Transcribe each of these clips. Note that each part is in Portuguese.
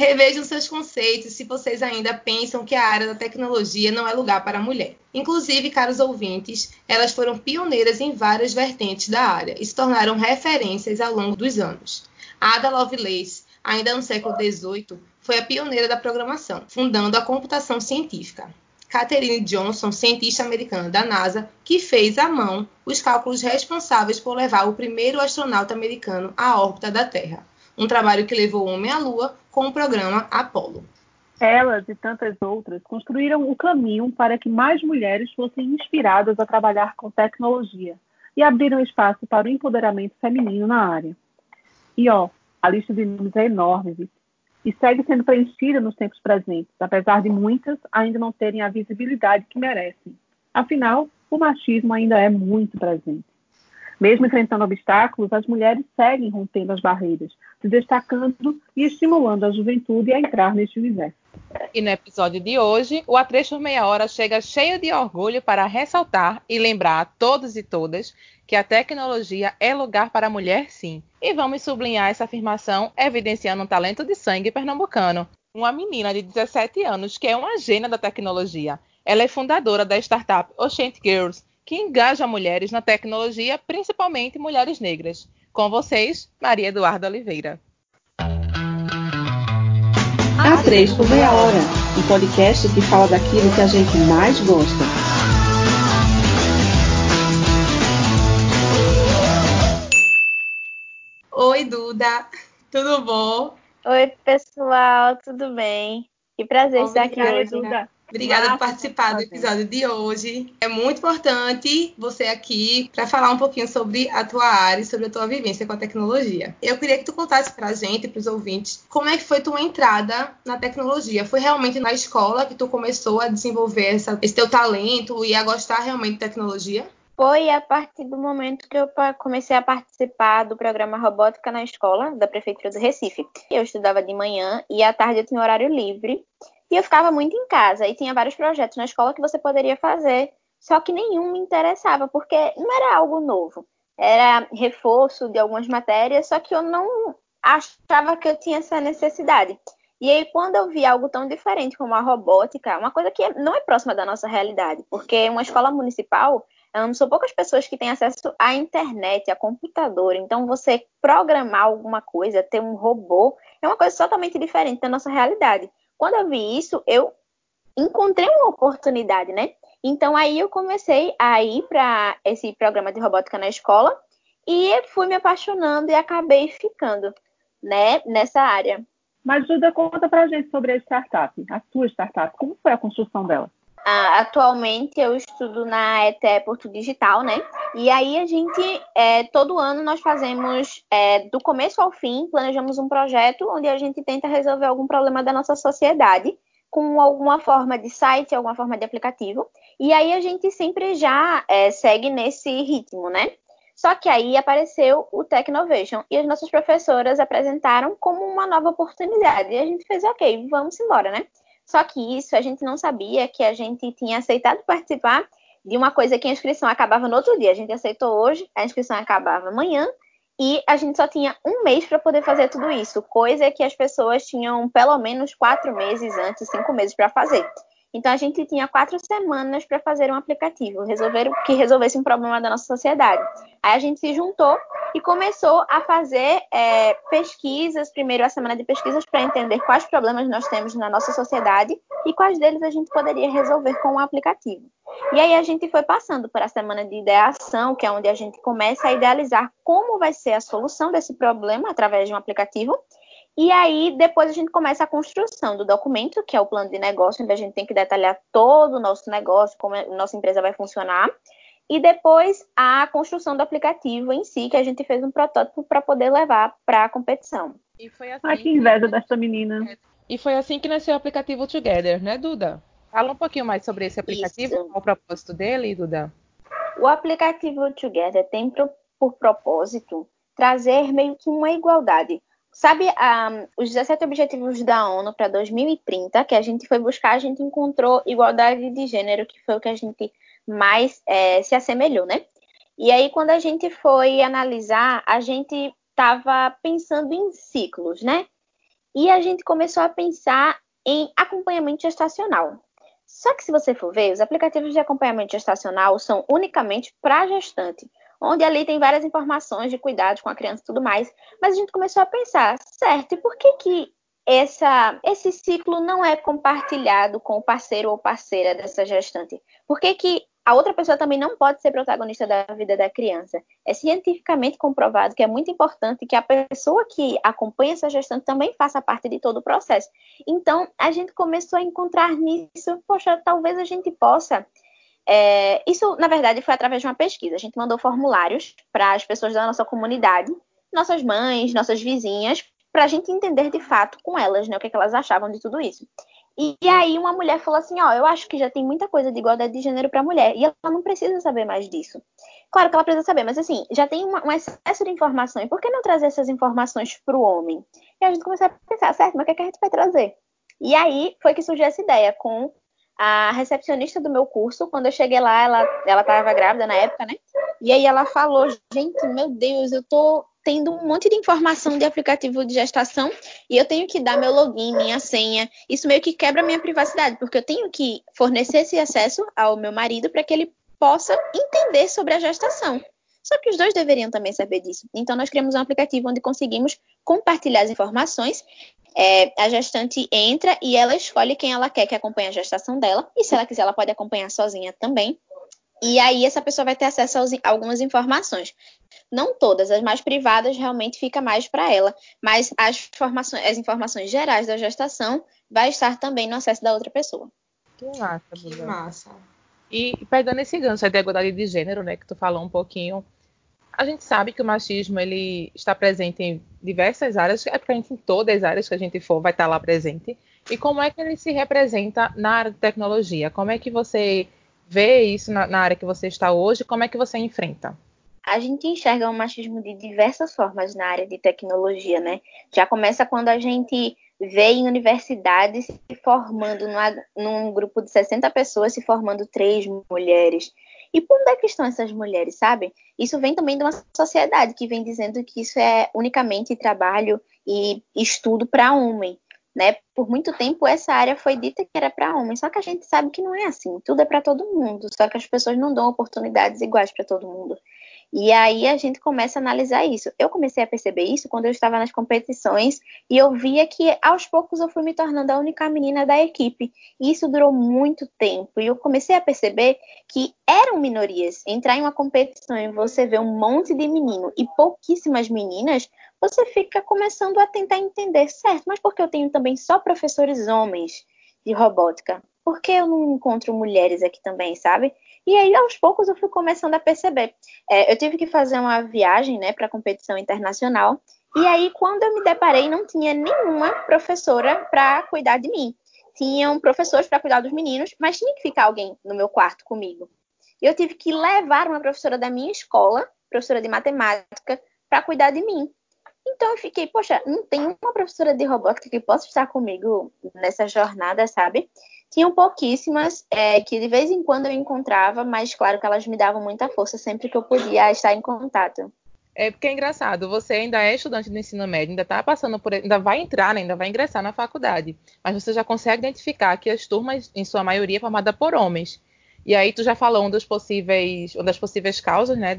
Revejam seus conceitos se vocês ainda pensam que a área da tecnologia não é lugar para a mulher. Inclusive, caros ouvintes, elas foram pioneiras em várias vertentes da área e se tornaram referências ao longo dos anos. Ada Lovelace, ainda no século XVIII, foi a pioneira da programação, fundando a computação científica. Katherine Johnson, cientista americana da NASA, que fez à mão os cálculos responsáveis por levar o primeiro astronauta americano à órbita da Terra, um trabalho que levou o homem à Lua com o programa Apollo. Elas e tantas outras construíram o caminho para que mais mulheres fossem inspiradas a trabalhar com tecnologia e abriram espaço para o empoderamento feminino na área. E a lista de nomes é enorme e segue sendo preenchida nos tempos presentes, apesar de muitas ainda não terem a visibilidade que merecem. Afinal, o machismo ainda é muito presente. Mesmo enfrentando obstáculos, as mulheres seguem rompendo as barreiras, se destacando e estimulando a juventude a entrar neste universo. E no episódio de hoje, o A3 por Meia Hora chega cheio de orgulho para ressaltar e lembrar a todos e todas que a tecnologia é lugar para a mulher, sim. E vamos sublinhar essa afirmação evidenciando um talento de sangue pernambucano. Uma menina de 17 anos que é uma gênia da tecnologia. Ela é fundadora da startup Oxente Girls, que engaja mulheres na tecnologia, principalmente mulheres negras. Com vocês, Maria Eduarda Oliveira. A3 por Meia Hora, um podcast que fala daquilo que a gente mais gosta. Oi, Duda, tudo bom? Oi, pessoal, tudo bem? Que prazer estar aqui Obrigada, hoje. Duda. Obrigada por participar do episódio de hoje. É muito importante você aqui para falar um pouquinho sobre a tua área e sobre a tua vivência com a tecnologia. Eu queria que tu contasse para a gente, para os ouvintes, como é que foi tua entrada na tecnologia? Foi realmente na escola que tu começou a desenvolver esse teu talento e a gostar realmente de tecnologia? Foi a partir do momento que eu comecei a participar do programa Robótica na Escola, da Prefeitura do Recife. Eu estudava de manhã e à tarde eu tinha horário livre. E eu ficava muito em casa e tinha vários projetos na escola que você poderia fazer, só que nenhum me interessava, porque não era algo novo. Era reforço de algumas matérias, só que eu não achava que eu tinha essa necessidade. E aí, quando eu vi algo tão diferente como a robótica, uma coisa que não é próxima da nossa realidade, porque uma escola municipal, são poucas pessoas que têm acesso à internet, a computador. Então, você programar alguma coisa, ter um robô, é uma coisa totalmente diferente da nossa realidade. Quando eu vi isso, eu encontrei uma oportunidade, né? Então, aí eu comecei a ir para esse programa de robótica na escola e fui me apaixonando e acabei ficando, né, nessa área. Mas, Duda, conta pra gente sobre a startup, a sua startup. Como foi a construção dela? Atualmente eu estudo na ETE Porto Digital, né? E aí a gente, todo ano nós fazemos, do começo ao fim, planejamos um projeto onde a gente tenta resolver algum problema da nossa sociedade com alguma forma de site, alguma forma de aplicativo. E aí a gente sempre já segue nesse ritmo, né? Só que aí apareceu o Technovation e as nossas professoras apresentaram como uma nova oportunidade. E a gente fez, ok, vamos embora, né? Só que isso a gente não sabia que a gente tinha aceitado participar de uma coisa que a inscrição acabava no outro dia. A gente aceitou hoje, a inscrição acabava amanhã e a gente só tinha um mês para poder fazer tudo isso, coisa que as pessoas tinham pelo menos 4 meses antes, 5 meses para fazer. Então a gente tinha 4 semanas para fazer um aplicativo, que resolvesse um problema da nossa sociedade. Aí a gente se juntou e começou a fazer pesquisas, primeiro a semana de pesquisas para entender quais problemas nós temos na nossa sociedade e quais deles a gente poderia resolver com o aplicativo. E aí a gente foi passando por a semana de ideação, que é onde a gente começa a idealizar como vai ser a solução desse problema através de um aplicativo. E aí, depois a gente começa a construção do documento, que é o plano de negócio, onde a gente tem que detalhar todo o nosso negócio, como a nossa empresa vai funcionar. E depois a construção do aplicativo em si, que a gente fez um protótipo para poder levar para a competição. E foi assim que inveja dessa menina. E foi assim que nasceu o aplicativo Together, né, Duda? Fala um pouquinho mais sobre esse aplicativo, qual o propósito dele, Duda? O aplicativo Together tem por propósito trazer meio que uma igualdade. Sabe, os 17 Objetivos da ONU para 2030, que a gente foi buscar, a gente encontrou igualdade de gênero, que foi o que a gente mais se assemelhou, né? E aí, quando a gente foi analisar, a gente estava pensando em ciclos, né? E a gente começou a pensar em acompanhamento gestacional. Só que se você for ver, os aplicativos de acompanhamento gestacional são unicamente para gestante, onde ali tem várias informações de cuidados com a criança e tudo mais. Mas a gente começou a pensar, certo, e por que esse ciclo não é compartilhado com o parceiro ou parceira dessa gestante? Por que a outra pessoa também não pode ser protagonista da vida da criança? É cientificamente comprovado que é muito importante que a pessoa que acompanha essa gestante também faça parte de todo o processo. Então, a gente começou a encontrar nisso, poxa, talvez a gente possa... isso, na verdade, foi através de uma pesquisa. A gente mandou formulários para as pessoas da nossa comunidade, nossas mães, nossas vizinhas, para a gente entender de fato com elas, né, o que elas achavam de tudo isso. E aí uma mulher falou assim, eu acho que já tem muita coisa de igualdade de gênero para mulher, e ela não precisa saber mais disso. Claro que ela precisa saber, mas assim, já tem um excesso de informação, e por que não trazer essas informações para o homem? E a gente começou a pensar, certo, mas o que a gente vai trazer? E aí foi que surgiu essa ideia com a recepcionista do meu curso. Quando eu cheguei lá, ela estava grávida na época, né? E aí ela falou, gente, meu Deus, eu tô tendo um monte de informação de aplicativo de gestação e eu tenho que dar meu login, minha senha. Isso meio que quebra a minha privacidade, porque eu tenho que fornecer esse acesso ao meu marido para que ele possa entender sobre a gestação. Só que os dois deveriam também saber disso. Então, nós criamos um aplicativo onde conseguimos compartilhar as informações. A gestante entra e ela escolhe quem ela quer que acompanhe a gestação dela. E se ela quiser, ela pode acompanhar sozinha também. E aí, essa pessoa vai ter acesso a algumas informações. Não todas, as mais privadas realmente fica mais para ela. Mas as informações gerais da gestação vai estar também no acesso da outra pessoa. Que massa, Que Duda. massa. E pegando esse gancho da igualdade de gênero, né, que tu falou um pouquinho, a gente sabe que o machismo ele está presente em diversas áreas, praticamente em todas as áreas que a gente for vai estar lá presente. E como é que ele se representa na área de tecnologia? Como é que você vê isso na área que você está hoje? Como é que você enfrenta? A gente enxerga o machismo de diversas formas na área de tecnologia, né? Já começa quando a gente vê em universidades se formando num grupo de 60 pessoas, se formando 3 mulheres. E por onde é que estão essas mulheres, sabe? Isso vem também de uma sociedade que vem dizendo que isso é unicamente trabalho e estudo para homem, né? Por muito tempo essa área foi dita que era para homem, só que a gente sabe que não é assim. Tudo é para todo mundo, só que as pessoas não dão oportunidades iguais para todo mundo. E aí a gente começa a analisar isso. Eu comecei a perceber isso quando eu estava nas competições e eu via que aos poucos eu fui me tornando a única menina da equipe. E isso durou muito tempo. E eu comecei a perceber que eram minorias. Entrar em uma competição e você ver um monte de menino e pouquíssimas meninas, você fica começando a tentar entender, certo, mas por que eu tenho também só professores homens de robótica? Por que eu não encontro mulheres aqui também, sabe? E aí, aos poucos, eu fui começando a perceber. Eu tive que fazer uma viagem, né, para competição internacional. E aí, quando eu me deparei, não tinha nenhuma professora para cuidar de mim. Tinham professores para cuidar dos meninos, mas tinha que ficar alguém no meu quarto comigo. E eu tive que levar uma professora da minha escola, professora de matemática, para cuidar de mim. Então eu fiquei, poxa, não tem uma professora de robótica que possa estar comigo nessa jornada, sabe? Tinham pouquíssimas, que de vez em quando eu encontrava, mas claro que elas me davam muita força sempre que eu podia estar em contato. É porque é engraçado, você ainda é estudante do ensino médio, ainda está passando por, ainda vai entrar, né, ainda vai ingressar na faculdade, mas você já consegue identificar que as turmas, em sua maioria, é formada por homens. E aí tu já falou uma das possíveis causas, né,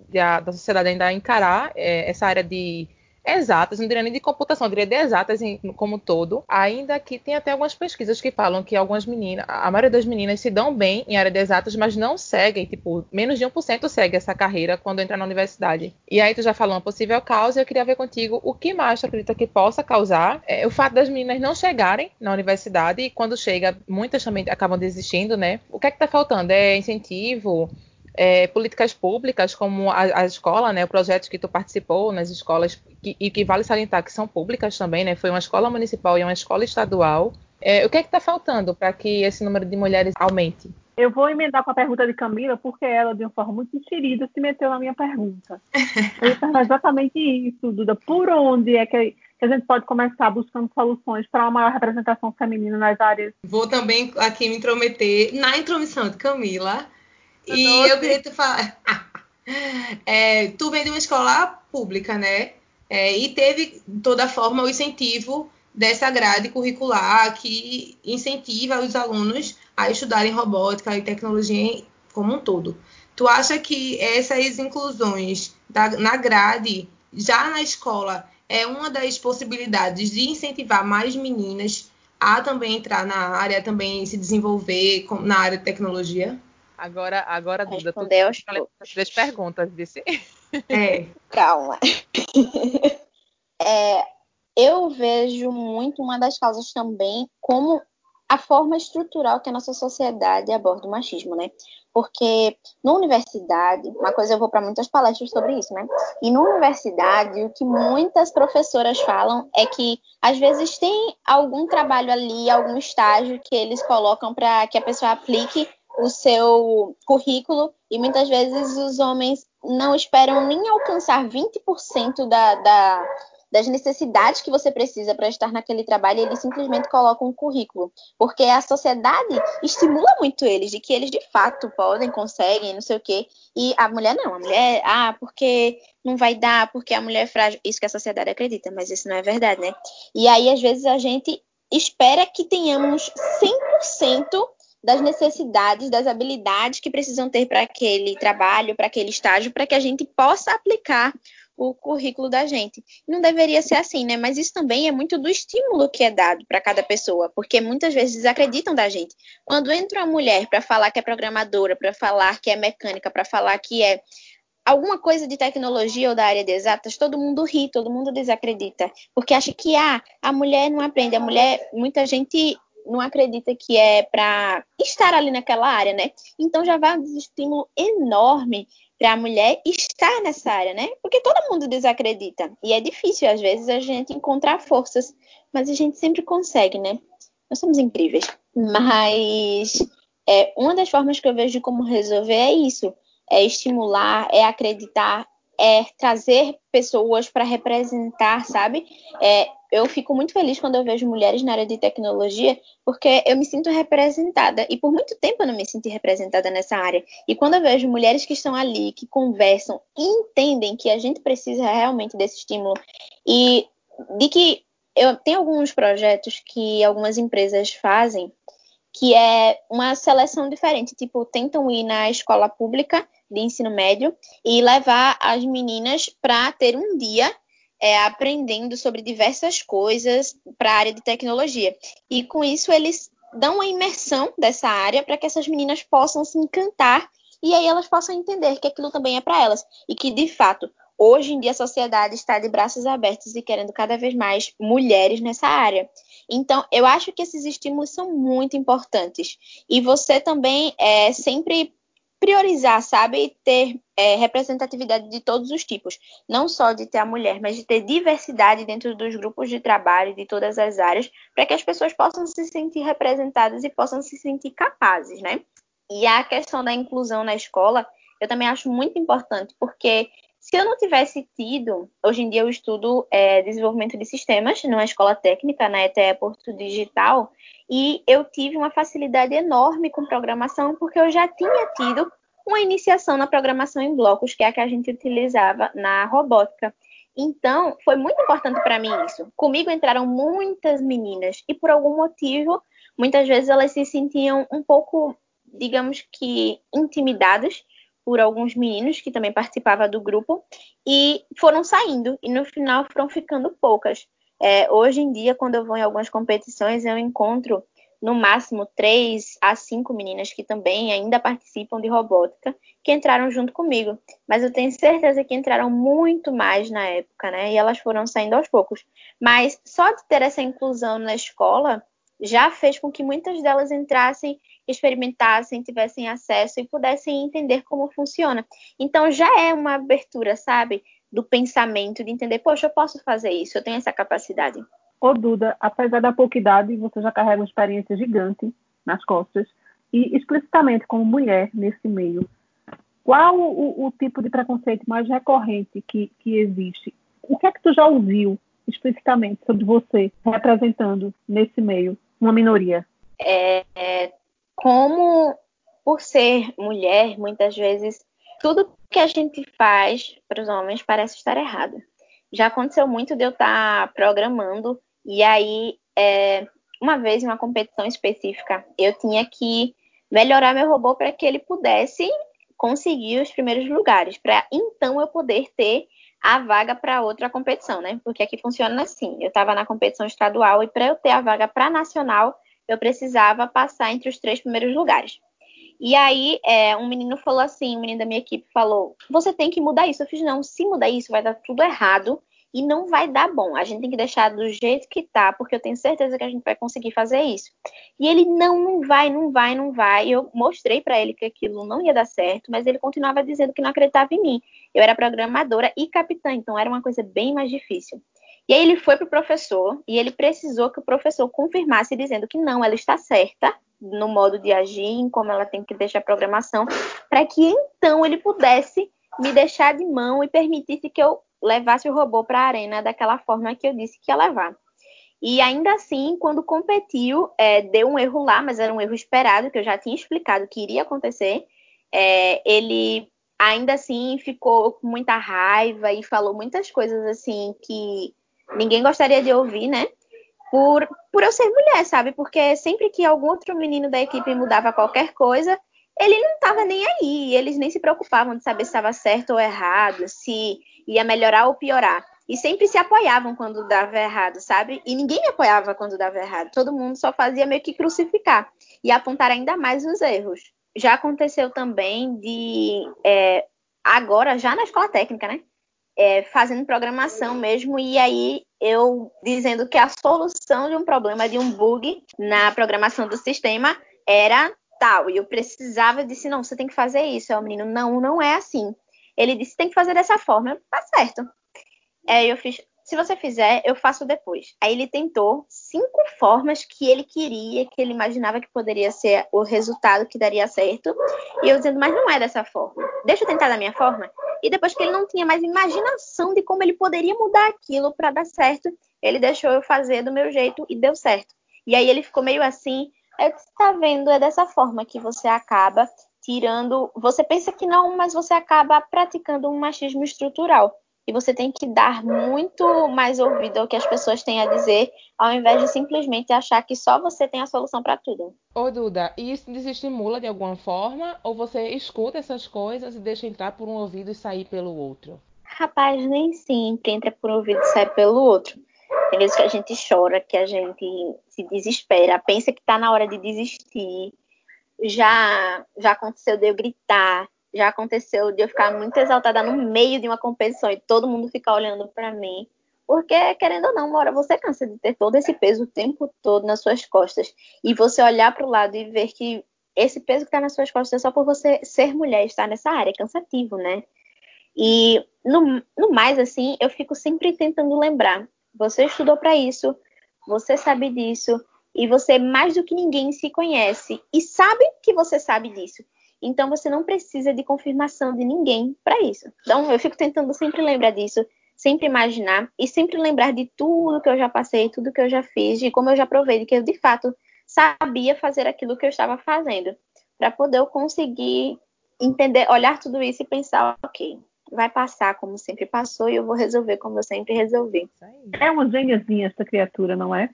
da sociedade ainda encarar essa área de exatas, não diria nem de computação, eu diria de exatas como um todo, ainda que tem até algumas pesquisas que falam que algumas meninas, a maioria das meninas se dão bem em área de exatas, mas não seguem, tipo, menos de 1% segue essa carreira quando entra na universidade. E aí tu já falou uma possível causa e eu queria ver contigo o que mais tu acredita que possa causar o fato das meninas não chegarem na universidade e quando chega, muitas também acabam desistindo, né? O que é que tá faltando? É incentivo? Políticas públicas como a escola, né, o projeto que tu participou nas escolas e que vale salientar que são públicas também, né, foi uma escola municipal e uma escola estadual. O que é que está faltando para que esse número de mulheres aumente? Eu vou emendar com a pergunta de Camila, porque ela, de uma forma muito enxerida, se meteu na minha pergunta. Eu ia perguntar exatamente isso, Duda. Por onde é que a gente pode começar buscando soluções para uma maior representação feminina nas áreas? Vou também aqui me intrometer na intromissão de Camila. E eu queria te falar. Tu vem de uma escola pública, né? E teve, de toda forma, o incentivo dessa grade curricular que incentiva os alunos a estudarem robótica e tecnologia como um todo. Tu acha que essas inclusões na grade, já na escola, é uma das possibilidades de incentivar mais meninas a também entrar na área, também se desenvolver na área de tecnologia? Agora Duda, tu Responder aos falei poucos. 3 perguntas, disse. Calma. Eu vejo muito uma das causas também como a forma estrutural que a nossa sociedade aborda o machismo, né? Porque na universidade, uma coisa eu vou para muitas palestras sobre isso, né? E na universidade, o que muitas professoras falam é que às vezes tem algum trabalho ali, algum estágio que eles colocam para que a pessoa aplique o seu currículo e muitas vezes os homens não esperam nem alcançar 20% das necessidades que você precisa para estar naquele trabalho, eles simplesmente colocam um currículo. Porque a sociedade estimula muito eles, de que eles de fato podem, conseguem, não sei o quê. E a mulher não. A mulher, porque não vai dar, porque a mulher é frágil. Isso que a sociedade acredita, mas isso não é verdade, né? E aí, às vezes, a gente espera que tenhamos 100% das necessidades, das habilidades que precisam ter para aquele trabalho, para aquele estágio, para que a gente possa aplicar o currículo da gente. Não deveria ser assim, né? Mas isso também é muito do estímulo que é dado para cada pessoa, porque muitas vezes desacreditam da gente. Quando entra uma mulher para falar que é programadora, para falar que é mecânica, para falar que é alguma coisa de tecnologia ou da área de exatas, todo mundo ri, todo mundo desacredita, porque acha que a mulher não aprende, muita gente não acredita que é para estar ali naquela área, né? Então já vai um desestímulo enorme para a mulher estar nessa área, né? Porque todo mundo desacredita e é difícil às vezes a gente encontrar forças, mas a gente sempre consegue, né? Nós somos incríveis. Mas uma das formas que eu vejo de como resolver é isso, é estimular, é acreditar, é trazer pessoas para representar, sabe? Eu fico muito feliz quando eu vejo mulheres na área de tecnologia, porque eu me sinto representada. E por muito tempo eu não me senti representada nessa área. E quando eu vejo mulheres que estão ali, que conversam e entendem que a gente precisa realmente desse estímulo e de que eu tenho alguns projetos que algumas empresas fazem que é uma seleção diferente, tipo, tentam ir na escola pública de ensino médio e levar as meninas para ter um dia aprendendo sobre diversas coisas para a área de tecnologia. E com isso eles dão uma imersão dessa área para que essas meninas possam se encantar e aí elas possam entender que aquilo também é para elas e que, de fato, hoje em dia a sociedade está de braços abertos e querendo cada vez mais mulheres nessa área. Então, eu acho que esses estímulos são muito importantes. E você também sempre priorizar, sabe? Ter representatividade de todos os tipos. Não só de ter a mulher, mas de ter diversidade dentro dos grupos de trabalho, de todas as áreas, para que as pessoas possam se sentir representadas e possam se sentir capazes, né? E a questão da inclusão na escola, eu também acho muito importante, porque se eu não tivesse tido, hoje em dia eu estudo desenvolvimento de sistemas numa escola técnica, na ETE Porto Digital, e eu tive uma facilidade enorme com programação, porque eu já tinha tido uma iniciação na programação em blocos, que é a que a gente utilizava na robótica. Então, foi muito importante para mim isso. Comigo entraram muitas meninas, e por algum motivo, muitas vezes elas se sentiam um pouco, digamos que, intimidadas por alguns meninos que também participavam do grupo e foram saindo e no final foram ficando poucas. Hoje em dia, quando eu vou em algumas competições, eu encontro no máximo 3 a 5 meninas que também ainda participam de robótica, que entraram junto comigo. Mas eu tenho certeza que entraram muito mais na época, né? E elas foram saindo aos poucos. Mas só de ter essa inclusão na escola já fez com que muitas delas entrassem, experimentassem, tivessem acesso e pudessem entender como funciona. Então já é uma abertura, sabe, do pensamento, de entender, poxa, eu posso fazer isso, eu tenho essa capacidade. Ô Duda, apesar da pouca idade, você já carrega uma experiência gigante nas costas e explicitamente como mulher nesse meio. Qual o tipo de preconceito mais recorrente que existe? O que é que tu já ouviu explicitamente sobre você representando nesse meio uma minoria? Como, por ser mulher, muitas vezes, tudo que a gente faz para os homens parece estar errado. Já aconteceu muito de eu estar programando E aí, uma vez, em uma competição específica, eu tinha que melhorar meu robô para que ele pudesse conseguir os primeiros lugares, para então eu poder ter a vaga para outra competição, né? Porque aqui funciona assim, eu estava na competição estadual e para eu ter a vaga para nacional, eu precisava passar entre os 3 primeiros lugares. E aí, um menino falou assim, um menino da minha equipe falou, você tem que mudar isso. Eu fiz, não, se mudar isso vai dar tudo errado e não vai dar bom. A gente tem que deixar do jeito que tá, porque eu tenho certeza que a gente vai conseguir fazer isso. E ele, não vai, não vai, não vai. Eu mostrei para ele que aquilo não ia dar certo, mas ele continuava dizendo que não acreditava em mim. Eu era programadora e capitã, então era uma coisa bem mais difícil. E aí ele foi pro professor e ele precisou que o professor confirmasse dizendo que não, ela está certa no modo de agir, em como ela tem que deixar a programação, para que então ele pudesse me deixar de mão e permitisse que eu levasse o robô para a arena daquela forma que eu disse que ia levar. E ainda assim, quando competiu, deu um erro lá, mas era um erro esperado, que eu já tinha explicado que iria acontecer. Ele ainda assim ficou com muita raiva e falou muitas coisas assim que ninguém gostaria de ouvir, né? Por eu ser mulher, sabe? Porque sempre que algum outro menino da equipe mudava qualquer coisa, ele não estava nem aí. Eles nem se preocupavam de saber se estava certo ou errado, se ia melhorar ou piorar. E sempre se apoiavam quando dava errado, sabe? E ninguém me apoiava quando dava errado. Todo mundo só fazia meio que crucificar e apontar ainda mais os erros. Já aconteceu também agora, já na escola técnica, né? Fazendo programação mesmo, e aí eu dizendo que a solução de um problema, de um bug na programação do sistema era tal, e eu precisava, disse, não, você tem que fazer isso. Aí o menino, não, não é assim. Ele disse, tem que fazer dessa forma. Eu, tá certo. Aí eu fiz, se você fizer, eu faço depois. Aí ele tentou 5 formas que ele queria, que ele imaginava que poderia ser o resultado que daria certo. E eu dizendo, mas não é dessa forma. Deixa eu tentar da minha forma. E depois que ele não tinha mais imaginação de como ele poderia mudar aquilo para dar certo, ele deixou eu fazer do meu jeito e deu certo. E aí ele ficou meio assim, eu disse, tá vendo, é dessa forma que você acaba tirando, você pensa que não, mas você acaba praticando um machismo estrutural. E você tem que dar muito mais ouvido ao que as pessoas têm a dizer, ao invés de simplesmente achar que só você tem a solução para tudo. Ô, Duda, e isso desestimula de alguma forma? Ou você escuta essas coisas e deixa entrar por um ouvido e sair pelo outro? Rapaz, nem sempre entra por um ouvido e sai pelo outro. Tem vezes que a gente chora, que a gente se desespera, pensa que está na hora de desistir. Já aconteceu de eu gritar, já aconteceu de eu ficar muito exaltada no meio de uma competição e todo mundo ficar olhando para mim. Porque, querendo ou não, uma hora você cansa de ter todo esse peso o tempo todo nas suas costas. E você olhar para o lado e ver que esse peso que está nas suas costas é só por você ser mulher e estar nessa área. É cansativo, né? E no mais, assim, eu fico sempre tentando lembrar. Você estudou para isso, você sabe disso, e você mais do que ninguém se conhece e sabe que você sabe disso. Então você não precisa de confirmação de ninguém para isso. Então eu fico tentando sempre lembrar disso, sempre imaginar e sempre lembrar de tudo que eu já passei, tudo que eu já fiz, de como eu já provei de que eu de fato sabia fazer aquilo que eu estava fazendo, para poder eu conseguir entender, olhar tudo isso e pensar, ok, vai passar como sempre passou e eu vou resolver como eu sempre resolvi. Isso aí. É uma gêniazinha essa criatura, não é?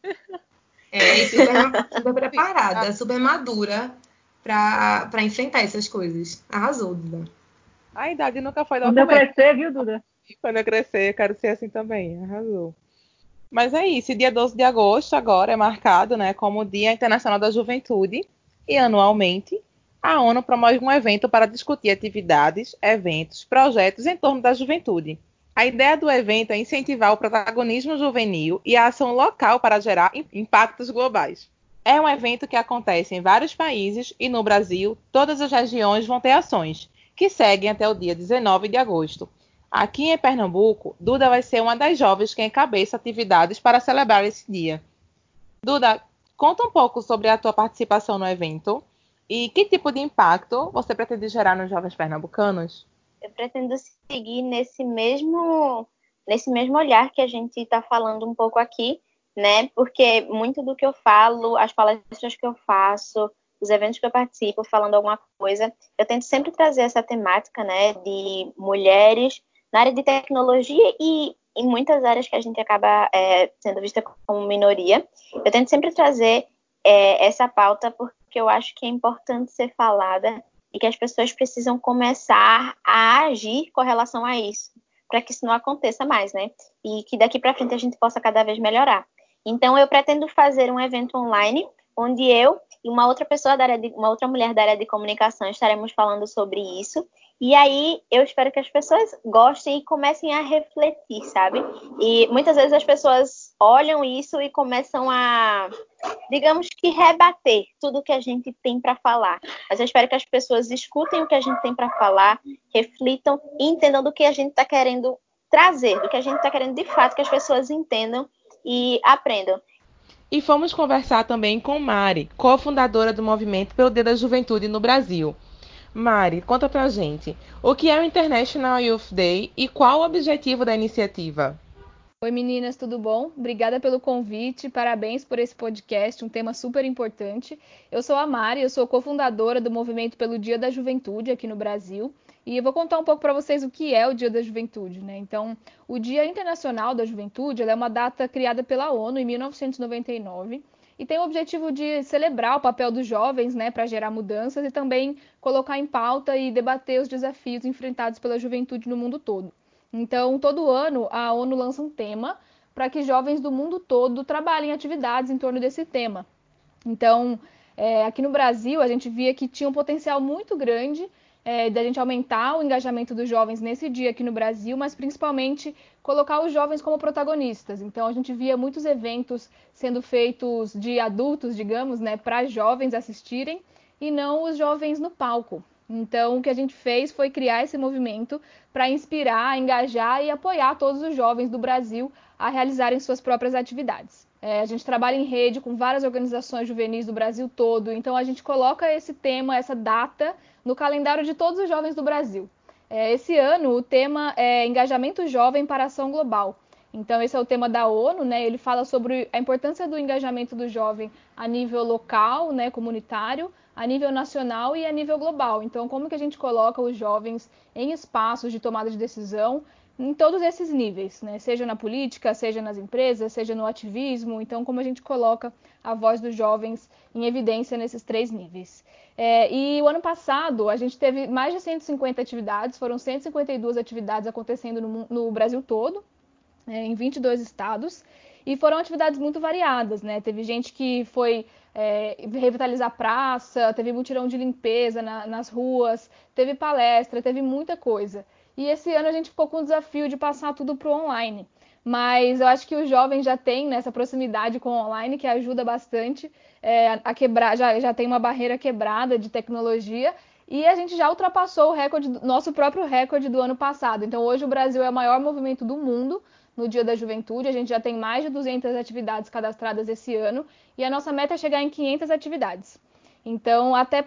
E super preparada, super madura para enfrentar essas coisas. Arrasou, Duda. A idade nunca foi Quando eu documento. crescer, viu, Duda? Quando eu crescer, eu quero ser assim também. Arrasou. Mas é isso. Dia 12 de agosto agora é marcado, né, como o Dia Internacional da Juventude. E anualmente, a ONU promove um evento para discutir atividades, eventos, projetos em torno da juventude. A ideia do evento é incentivar o protagonismo juvenil e a ação local para gerar impactos globais. É um evento que acontece em vários países e no Brasil, todas as regiões vão ter ações, que seguem até o dia 19 de agosto. Aqui em Pernambuco, Duda vai ser uma das jovens que encabeça atividades para celebrar esse dia. Duda, conta um pouco sobre a tua participação no evento e que tipo de impacto você pretende gerar nos jovens pernambucanos? Eu pretendo seguir nesse mesmo olhar que a gente está falando um pouco aqui, né? Porque muito do que eu falo, as palestras que eu faço, os eventos que eu participo, falando alguma coisa, eu tento sempre trazer essa temática, né, de mulheres na área de tecnologia e em muitas áreas que a gente acaba sendo vista como minoria. Eu tento sempre trazer essa pauta porque eu acho que é importante ser falada e que as pessoas precisam começar a agir com relação a isso, para que isso não aconteça mais, né? E que daqui para frente a gente possa cada vez melhorar. Então, eu pretendo fazer um evento online, onde eu e uma outra pessoa uma outra mulher da área de comunicação estaremos falando sobre isso. E aí, eu espero que as pessoas gostem e comecem a refletir, sabe? E muitas vezes as pessoas olham isso e começam a, digamos que, rebater tudo que a gente tem para falar. Mas eu espero que as pessoas escutem o que a gente tem para falar, reflitam e entendam do que a gente está querendo trazer, do que a gente está querendo de fato que as pessoas entendam e aprendam. E fomos conversar também com Mari, cofundadora do Movimento pelo Dia da Juventude no Brasil. Mari, conta pra gente, o que é o International Youth Day e qual o objetivo da iniciativa? Oi meninas, tudo bom? Obrigada pelo convite, parabéns por esse podcast, um tema super importante. Eu sou a Mari, eu sou cofundadora do Movimento pelo Dia da Juventude aqui no Brasil e eu vou contar um pouco para vocês o que é o Dia da Juventude, né? Então, o Dia Internacional da Juventude é uma data criada pela ONU em 1999 e tem o objetivo de celebrar o papel dos jovens, né, para gerar mudanças e também colocar em pauta e debater os desafios enfrentados pela juventude no mundo todo. Então, todo ano, a ONU lança um tema para que jovens do mundo todo trabalhem em atividades em torno desse tema. Então, aqui no Brasil, a gente via que tinha um potencial muito grande da gente aumentar o engajamento dos jovens nesse dia aqui no Brasil, mas principalmente colocar os jovens como protagonistas. Então, a gente via muitos eventos sendo feitos de adultos, digamos, né, para jovens assistirem e não os jovens no palco. Então, o que a gente fez foi criar esse movimento para inspirar, engajar e apoiar todos os jovens do Brasil a realizarem suas próprias atividades. A gente trabalha em rede com várias organizações juvenis do Brasil todo, então a gente coloca esse tema, essa data, no calendário de todos os jovens do Brasil. Esse ano, o tema é Engajamento Jovem para a Ação Global. Então, esse é o tema da ONU, né? Ele fala sobre a importância do engajamento do jovem a nível local, né, comunitário, a nível nacional e a nível global. Então, como que a gente coloca os jovens em espaços de tomada de decisão em todos esses níveis, né? Seja na política, seja nas empresas, seja no ativismo. Então, como a gente coloca a voz dos jovens em evidência nesses 3 níveis. E o ano passado, a gente teve mais de 150 atividades, foram 152 atividades acontecendo no Brasil todo, em 22 estados, e foram atividades muito variadas, né? Teve gente que foi revitalizar praça, teve mutirão de limpeza nas ruas, teve palestra, teve muita coisa. E esse ano a gente ficou com o desafio de passar tudo para o online. Mas eu acho que os jovens já têm, né, essa proximidade com o online, que ajuda bastante a quebrar, já tem uma barreira quebrada de tecnologia, e a gente já ultrapassou o recorde, nosso próprio recorde do ano passado. Então hoje o Brasil é o maior movimento do mundo no Dia da Juventude, a gente já tem mais de 200 atividades cadastradas esse ano, e a nossa meta é chegar em 500 atividades. Então, até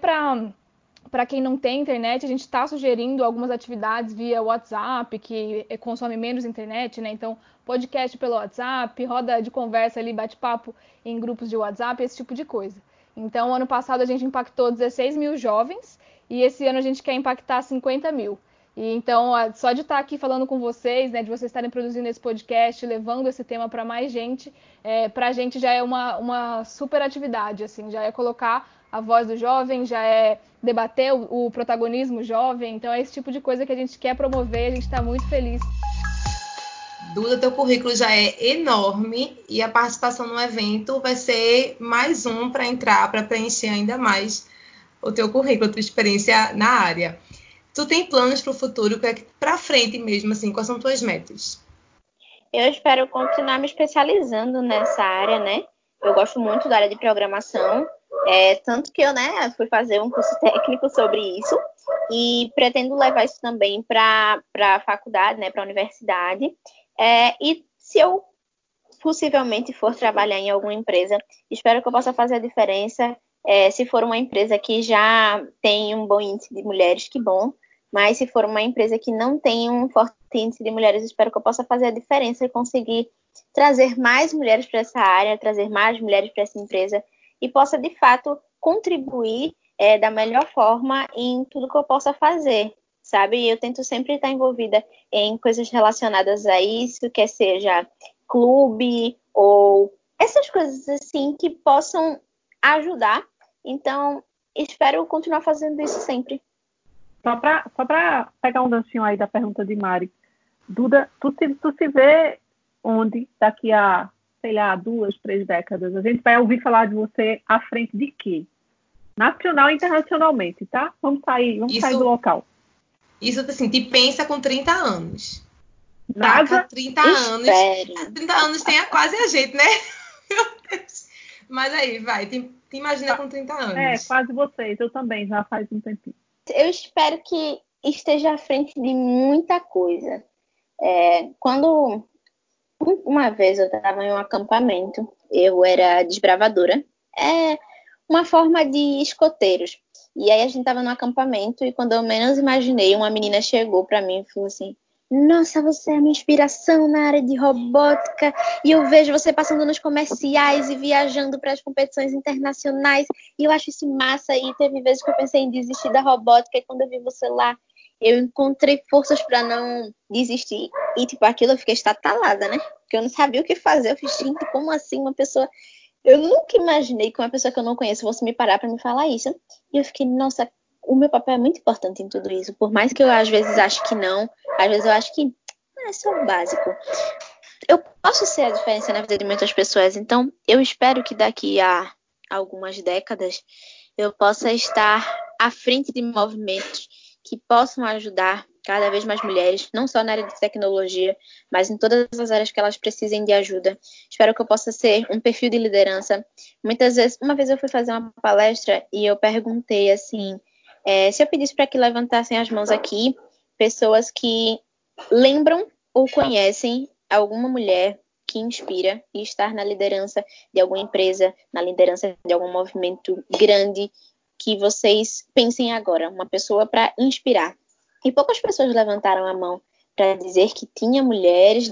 para quem não tem internet, a gente está sugerindo algumas atividades via WhatsApp, que consome menos internet, né? Então, podcast pelo WhatsApp, roda de conversa ali, bate-papo em grupos de WhatsApp, esse tipo de coisa. Então, ano passado a gente impactou 16 mil jovens, e esse ano a gente quer impactar 50 mil. E então, só de estar aqui falando com vocês, né, de vocês estarem produzindo esse podcast, levando esse tema para mais gente, para a gente já é uma super atividade, assim, já é colocar a voz do jovem, já é debater o protagonismo jovem, então é esse tipo de coisa que a gente quer promover e a gente está muito feliz. Duda, teu currículo já é enorme e a participação no evento vai ser mais um para entrar, para preencher ainda mais o teu currículo, a tua experiência na área. Tu tem planos para o futuro, para frente mesmo, assim, quais são tuas metas? Eu espero continuar me especializando nessa área, né? Eu gosto muito da área de programação, tanto que eu, né, fui fazer um curso técnico sobre isso e pretendo levar isso também para a faculdade, né, para a universidade. E se eu possivelmente for trabalhar em alguma empresa, espero que eu possa fazer a diferença. Se for uma empresa que já tem um bom índice de mulheres, que bom. Mas se for uma empresa que não tem um forte índice de mulheres, espero que eu possa fazer a diferença e conseguir trazer mais mulheres para essa área, trazer mais mulheres para essa empresa e possa, de fato, contribuir da melhor forma em tudo que eu possa fazer. sabe? Eu tento sempre estar envolvida em coisas relacionadas a isso, quer seja clube ou essas coisas assim que possam ajudar. Então, espero continuar fazendo isso sempre. Só para pegar um ganchinho aí da pergunta de Mari. Duda, tu se vê onde daqui a, sei lá, 2, 3 décadas? A gente vai ouvir falar de você à frente de quê? Nacional e internacionalmente, tá? Vamos sair do local. Isso, assim, te pensa com 30 anos. Nada. Tá, 30 anos. 30 anos tem quase a gente, né? Meu Deus. Mas aí, vai, te imagina com 30 anos. É, quase vocês. Eu também, já faz um tempinho. Eu espero que esteja à frente de muita coisa. Quando uma vez eu estava em um acampamento, eu era desbravadora. É uma forma de escoteiros. E aí a gente estava no acampamento e quando eu menos imaginei, uma menina chegou para mim e falou assim: nossa, você é a minha inspiração na área de robótica e eu vejo você passando nos comerciais e viajando para as competições internacionais e eu acho isso massa. E teve vezes que eu pensei em desistir da robótica e quando eu vi você lá, eu encontrei forças para não desistir. E tipo, aquilo eu fiquei estatalada, né? Porque eu não sabia o que fazer. Eu fiz, gente, como assim uma pessoa... Eu nunca imaginei que uma pessoa que eu não conheço fosse me parar para me falar isso. E eu fiquei, nossa, o meu papel é muito importante em tudo isso. Por mais que eu às vezes ache que não, às vezes eu acho que é só o básico. Eu posso ser a diferença na vida de muitas pessoas. Então, eu espero que daqui a algumas décadas eu possa estar à frente de movimentos que possam ajudar cada vez mais mulheres, não só na área de tecnologia, mas em todas as áreas que elas precisem de ajuda. Espero que eu possa ser um perfil de liderança. Muitas vezes, uma vez eu fui fazer uma palestra e eu perguntei assim, se eu pedisse para que levantassem as mãos aqui, pessoas que lembram ou conhecem alguma mulher que inspira e estar na liderança de alguma empresa, na liderança de algum movimento grande, que vocês pensem agora, uma pessoa para inspirar. E poucas pessoas levantaram a mão para dizer que tinha mulheres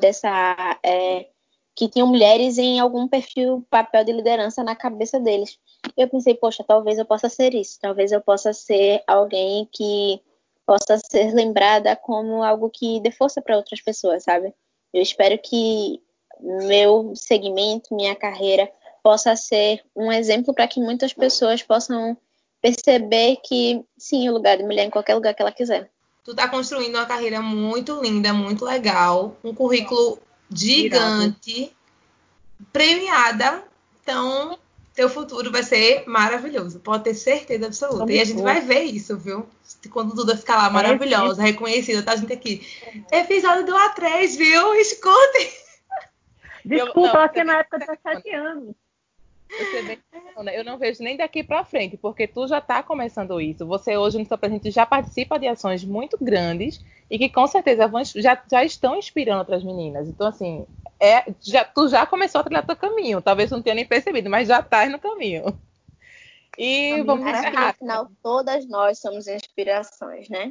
que tinham mulheres em algum perfil, papel de liderança na cabeça deles. Eu pensei, poxa, talvez eu possa ser isso, talvez eu possa ser alguém que possa ser lembrada como algo que dê força para outras pessoas, sabe? Eu espero que meu segmento, minha carreira, possa ser um exemplo para que muitas pessoas possam perceber que, sim, o lugar de mulher em qualquer lugar que ela quiser. Tu tá construindo uma carreira muito linda, muito legal, um currículo gigante, premiada. Então, teu futuro vai ser maravilhoso, pode ter certeza absoluta. E a gente vai ver isso, viu? Quando Duda ficar lá maravilhosa, reconhecida, tá a gente aqui. Episódio do A3, viu? Escutem! Desculpa, ela tinha na época 17 anos. Eu não vejo nem daqui para frente, porque tu já está começando isso. Você hoje no seu presente já participa de ações muito grandes e que com certeza já estão inspirando outras meninas. Então, assim, tu já começou a trilhar teu caminho. Talvez tu não tenha nem percebido, mas já estás no caminho. E vamos encerrar. Acho que no final todas nós somos inspirações, né?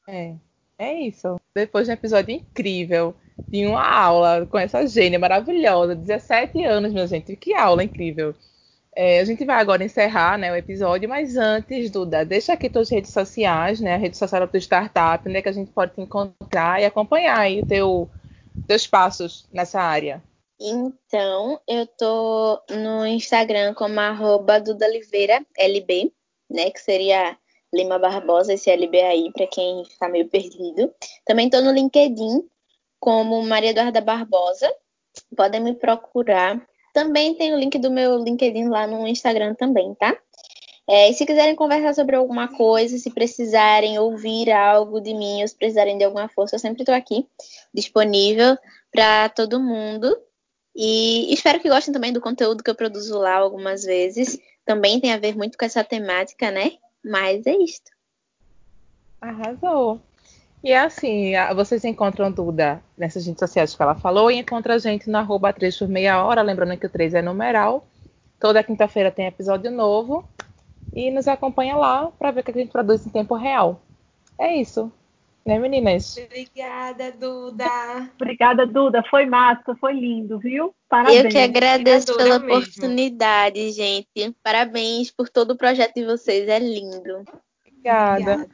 É isso. Depois de um episódio incrível, de uma aula com essa gênia maravilhosa, 17 anos, minha gente. Que aula incrível. A gente vai agora encerrar, né, o episódio, mas antes, Duda, deixa aqui tuas redes sociais, né, a rede social da tua startup, né, que a gente pode te encontrar e acompanhar aí teus passos nessa área. Então, eu tô no Instagram como @DudaLiveiraLB, né, que seria Lima Barbosa, esse LB aí, para quem ficar meio perdido. Também tô no LinkedIn como Maria Eduarda Barbosa, podem me procurar. Também tem o link do meu LinkedIn lá no Instagram também, tá? E se quiserem conversar sobre alguma coisa, se precisarem ouvir algo de mim, ou se precisarem de alguma força, eu sempre estou aqui, disponível para todo mundo. E espero que gostem também do conteúdo que eu produzo lá algumas vezes. Também tem a ver muito com essa temática, né? Mas é isto. Arrasou! E é assim, vocês encontram Duda nessas redes sociais que ela falou e encontra a gente no @3 por meia hora, lembrando que o 3 é numeral. Toda quinta-feira tem episódio novo e nos acompanha lá para ver o que a gente produz em tempo real. É isso, né, meninas? Obrigada, Duda. Obrigada, Duda. Foi massa, foi lindo, viu? Parabéns. Eu que agradeço pela mesmo. oportunidade, gente. Parabéns por todo o projeto de vocês, é lindo. Obrigada.